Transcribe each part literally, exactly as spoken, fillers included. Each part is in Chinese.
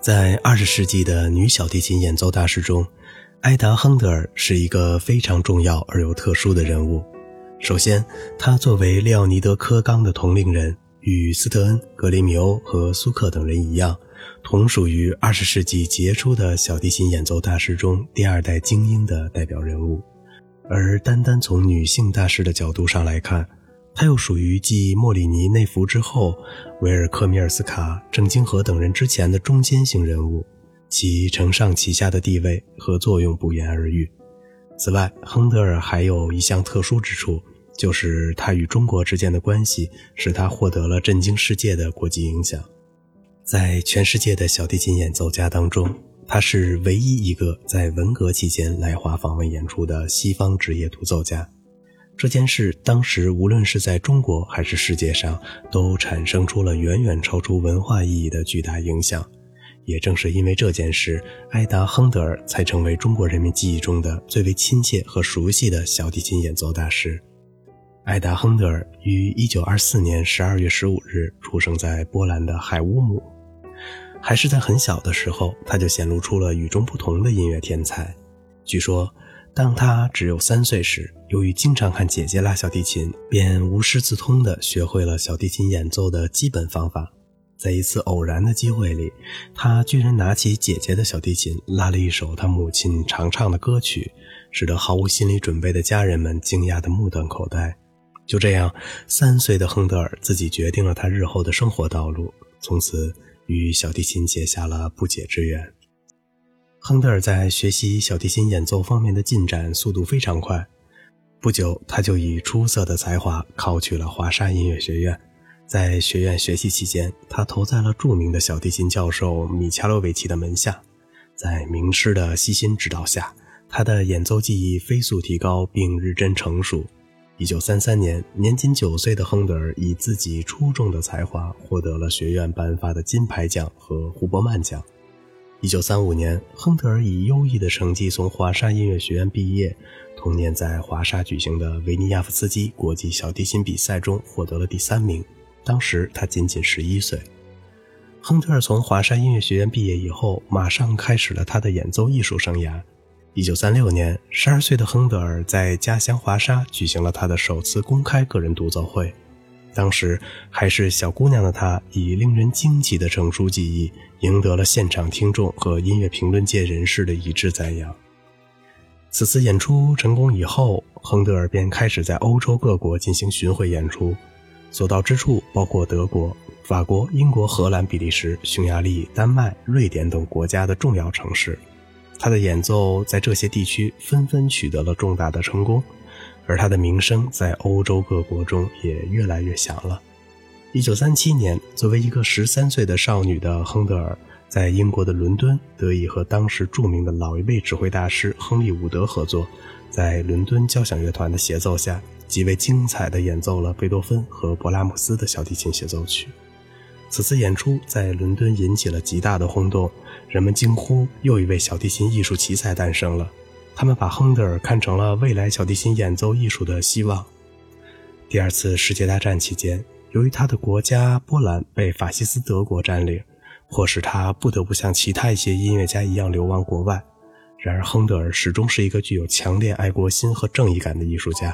在二十世纪的女小提琴演奏大师中，埃达·亨德尔是一个非常重要而又特殊的人物。首先，她作为列奥尼德·科冈的同龄人，与斯特恩、格雷米欧和苏克等人一样，同属于二十世纪杰出的小提琴演奏大师中第二代精英的代表人物。而单单从女性大师的角度上来看，她又属于继莫里尼内弗之后，维尔科米尔斯卡、郑金河等人之前的中间型人物，其承上启下的地位和作用不言而喻。此外，亨德尔还有一项特殊之处，就是他与中国之间的关系使他获得了震惊世界的国际影响。在全世界的小提琴演奏家当中，他是唯一一个在文革期间来华访问演出的西方职业独奏家。这件事当时无论是在中国还是世界上，都产生出了远远超出文化意义的巨大影响。也正是因为这件事，埃达·亨德尔才成为中国人民记忆中的最为亲切和熟悉的小提琴演奏大师。埃达·亨德尔于一九二四年十二月十五日出生在波兰的海乌姆。还是在很小的时候，他就显露出了与众不同的音乐天才。据说当他只有三岁时，由于经常看姐姐拉小提琴，便无师自通地学会了小提琴演奏的基本方法。在一次偶然的机会里，他居然拿起姐姐的小提琴，拉了一首他母亲常唱的歌曲，使得毫无心理准备的家人们惊讶得目瞪口呆。就这样，三岁的亨德尔自己决定了他日后的生活道路，从此与小提琴结下了不解之缘。亨德尔在学习小提琴演奏方面的进展速度非常快，不久他就以出色的才华考取了华沙音乐学院。在学院学习期间，他投在了著名的小提琴教授米恰洛维奇的门下。在名师的悉心指导下，他的演奏技艺飞速提高并日臻成熟。一九三三年，年仅九岁的亨德尔以自己出众的才华获得了学院颁发的金牌奖和胡伯曼奖。一九三五年，亨德尔以优异的成绩从华沙音乐学院毕业，同年在华沙举行的维尼亚夫斯基国际小提琴比赛中获得了第三名。当时他仅仅十一岁。亨德尔从华沙音乐学院毕业以后，马上开始了他的演奏艺术生涯。一九三六年，十二岁的亨德尔在家乡华沙举行了他的首次公开个人独奏会。当时还是小姑娘的她，以令人惊奇的成熟技艺，赢得了现场听众和音乐评论界人士的一致赞扬。此次演出成功以后，亨德尔便开始在欧洲各国进行巡回演出，所到之处包括德国、法国、英国、荷兰、比利时、匈牙利、丹麦、瑞典等国家的重要城市。他的演奏在这些地区纷纷取得了重大的成功，而他的名声在欧洲各国中也越来越响了。一九三七年，作为一个十三岁的少女的亨德尔，在英国的伦敦得以和当时著名的老一辈指挥大师亨利伍德合作，在伦敦交响乐团的协奏下，极为精彩地演奏了贝多芬和勃拉姆斯的小提琴协奏曲。此次演出在伦敦引起了极大的轰动，人们惊呼又一位小提琴艺术奇才诞生了。他们把亨德尔看成了未来小提琴演奏艺术的希望。第二次世界大战期间，由于他的国家波兰被法西斯德国占领，迫使他不得不像其他一些音乐家一样流亡国外。然而亨德尔始终是一个具有强烈爱国心和正义感的艺术家。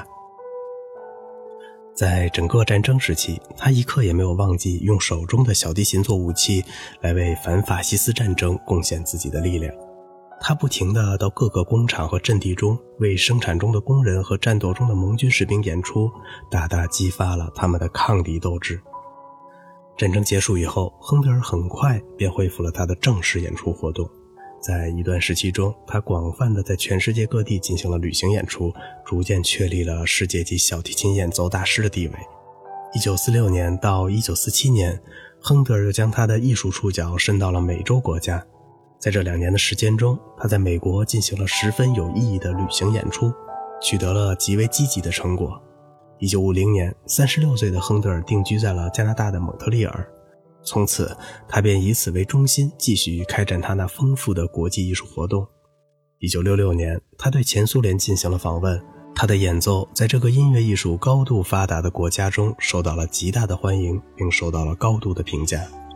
在整个战争时期，他一刻也没有忘记用手中的小提琴做武器，来为反法西斯战争贡献自己的力量。他不停地到各个工厂和阵地中，为生产中的工人和战斗中的盟军士兵演出，大大激发了他们的抗敌斗志。战争结束以后，亨德尔很快便恢复了他的正式演出活动。在一段时期中，他广泛地在全世界各地进行了旅行演出，逐渐确立了世界级小提琴演奏大师的地位。一九四六年到一九四七年，亨德尔又将他的艺术触角伸到了美洲国家。在这两年的时间中，他在美国进行了十分有意义的旅行演出，取得了极为积极的成果。一九五零年，三十六岁的亨德尔定居在了加拿大的蒙特利尔。从此他便以此为中心，继续开展他那丰富的国际艺术活动。一九六六年，他对前苏联进行了访问，他的演奏在这个音乐艺术高度发达的国家中受到了极大的欢迎，并受到了高度的评价。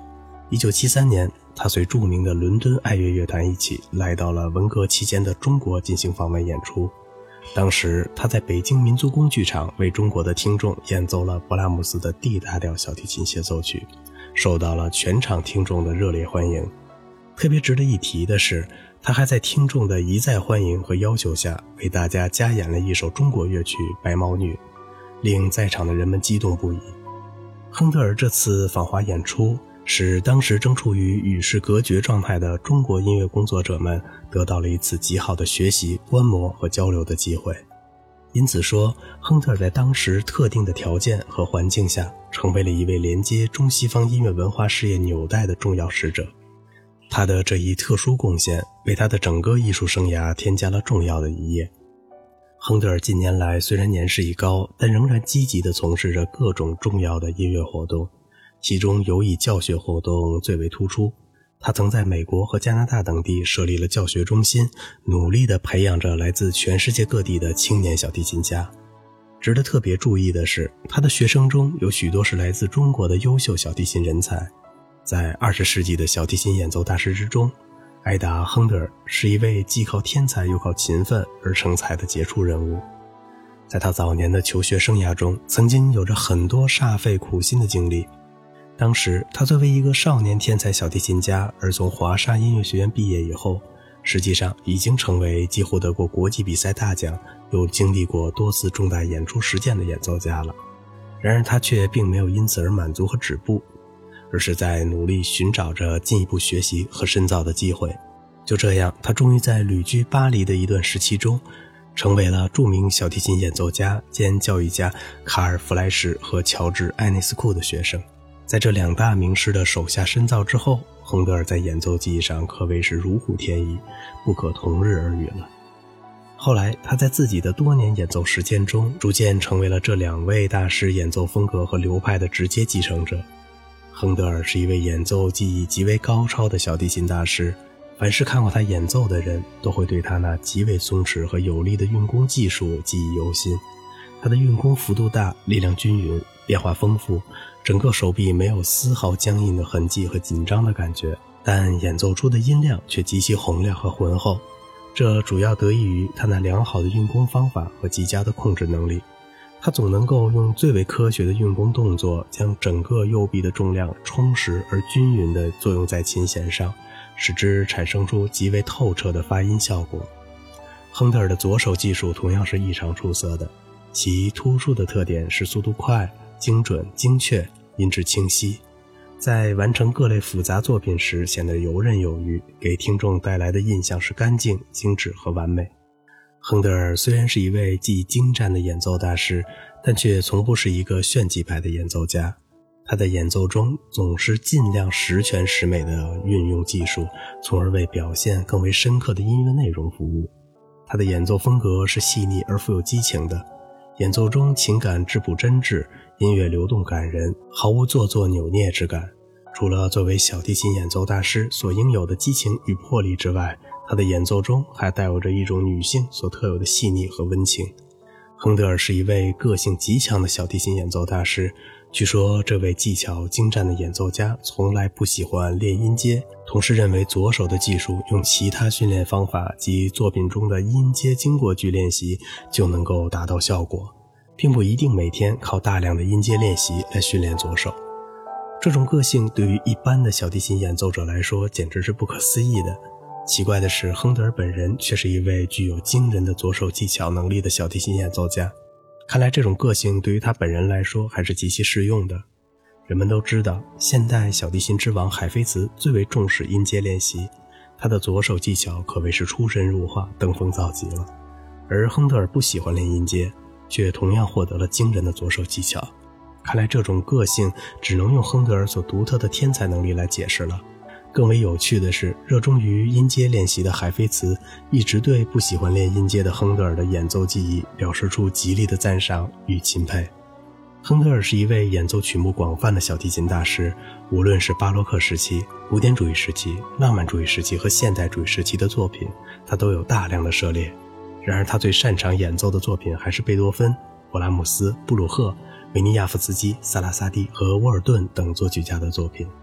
一九七三年，他随著名的伦敦爱乐乐团一起来到了文革期间的中国进行访问演出。当时他在北京民族宫剧场为中国的听众演奏了勃拉姆斯的 D 大调小提琴协奏曲，受到了全场听众的热烈欢迎。特别值得一提的是，他还在听众的一再欢迎和要求下，为大家加演了一首中国乐曲《白毛女》，令在场的人们激动不已。亨德尔这次访华演出，使当时正处于与世隔绝状态的中国音乐工作者们得到了一次极好的学习、观摩和交流的机会。因此说，亨德尔在当时特定的条件和环境下，成为了一位连接中西方音乐文化事业纽带的重要使者。他的这一特殊贡献，为他的整个艺术生涯添加了重要的一页。亨德尔近年来虽然年事已高，但仍然积极地从事着各种重要的音乐活动，其中尤以教学活动最为突出。他曾在美国和加拿大等地设立了教学中心，努力地培养着来自全世界各地的青年小提琴家。值得特别注意的是，他的学生中有许多是来自中国的优秀小提琴人才。在二十世纪的小提琴演奏大师之中，艾达·亨德尔是一位既靠天才又靠勤奋而成才的杰出人物。在他早年的求学生涯中，曾经有着很多煞费苦心的经历。当时他作为一个少年天才小提琴家而从华沙音乐学院毕业以后，实际上已经成为既获得过国际比赛大奖，又经历过多次重大演出实践的演奏家了。然而他却并没有因此而满足和止步，而是在努力寻找着进一步学习和深造的机会。就这样，他终于在旅居巴黎的一段时期中，成为了著名小提琴演奏家兼教育家卡尔·弗莱什和乔治·艾内斯库的学生。在这两大名师的手下深造之后，亨德尔在演奏技艺上可谓是如虎添翼，不可同日而语了。后来他在自己的多年演奏实践中，逐渐成为了这两位大师演奏风格和流派的直接继承者。亨德尔是一位演奏技艺极为高超的小提琴大师，凡是看过他演奏的人都会对他那极为松弛和有力的运弓技术记忆犹新。他的运弓幅度大，力量均匀，变化丰富，整个手臂没有丝毫僵硬的痕迹和紧张的感觉，但演奏出的音量却极其洪亮和浑厚。这主要得益于他那良好的运弓方法和极佳的控制能力。他总能够用最为科学的运弓动作，将整个右臂的重量充实而均匀地作用在琴弦上，使之产生出极为透彻的发音效果。亨德尔的左手技术同样是异常出色的，其突出的特点是速度快、精准、精确，音质清晰，在完成各类复杂作品时显得游刃有余，给听众带来的印象是干净、精致和完美。亨德尔虽然是一位技艺精湛的演奏大师，但却从不是一个炫技派的演奏家。他在演奏中总是尽量十全十美地运用技术，从而为表现更为深刻的音乐内容服务。他的演奏风格是细腻而富有激情的，演奏中情感质朴真挚，音乐流动感人，毫无做作扭捏之感。除了作为小提琴演奏大师所应有的激情与魄力之外，他的演奏中还带有着一种女性所特有的细腻和温情。亨德尔是一位个性极强的小提琴演奏大师，据说这位技巧精湛的演奏家从来不喜欢练音阶，同时认为左手的技术用其他训练方法及作品中的音阶经过句练习就能够达到效果，并不一定每天靠大量的音阶练习来训练左手。这种个性对于一般的小提琴演奏者来说简直是不可思议的。奇怪的是，亨德尔本人却是一位具有惊人的左手技巧能力的小提琴演奏家。看来这种个性对于他本人来说还是极其适用的。人们都知道，现代小提琴之王海菲茨最为重视音阶练习，他的左手技巧可谓是出神入化，登峰造极了。而亨德尔不喜欢练音阶，却同样获得了惊人的左手技巧。看来这种个性只能用亨德尔所独特的天才能力来解释了。更为有趣的是，热衷于音阶练习的海菲茨一直对不喜欢练音阶的亨德尔的演奏技艺表示出极力的赞赏与钦佩。亨德尔是一位演奏曲目广泛的小提琴大师，无论是巴洛克时期、古典主义时期、浪漫主义时期和现代主义时期的作品，他都有大量的涉猎。然而他最擅长演奏的作品还是贝多芬、勃拉姆斯、布鲁赫、维尼亚夫斯基、萨拉萨蒂和沃尔顿等作曲家的作品。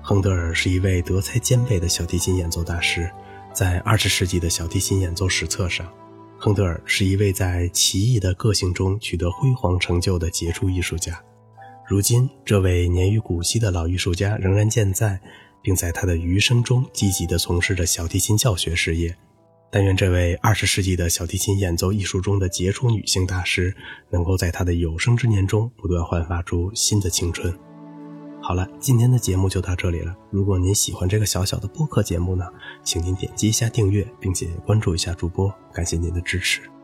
亨德尔是一位德才兼备的小提琴演奏大师，在二十世纪的小提琴演奏史册上，亨德尔是一位在奇异的个性中取得辉煌成就的杰出艺术家。如今，这位年逾古稀的老艺术家仍然健在，并在他的余生中积极地从事着小提琴教学事业。但愿这位二十世纪的小提琴演奏艺术中的杰出女性大师，能够在她的有生之年中不断焕发出新的青春。好了，今天的节目就到这里了。如果您喜欢这个小小的播客节目呢，请您点击一下订阅，并且关注一下主播，感谢您的支持。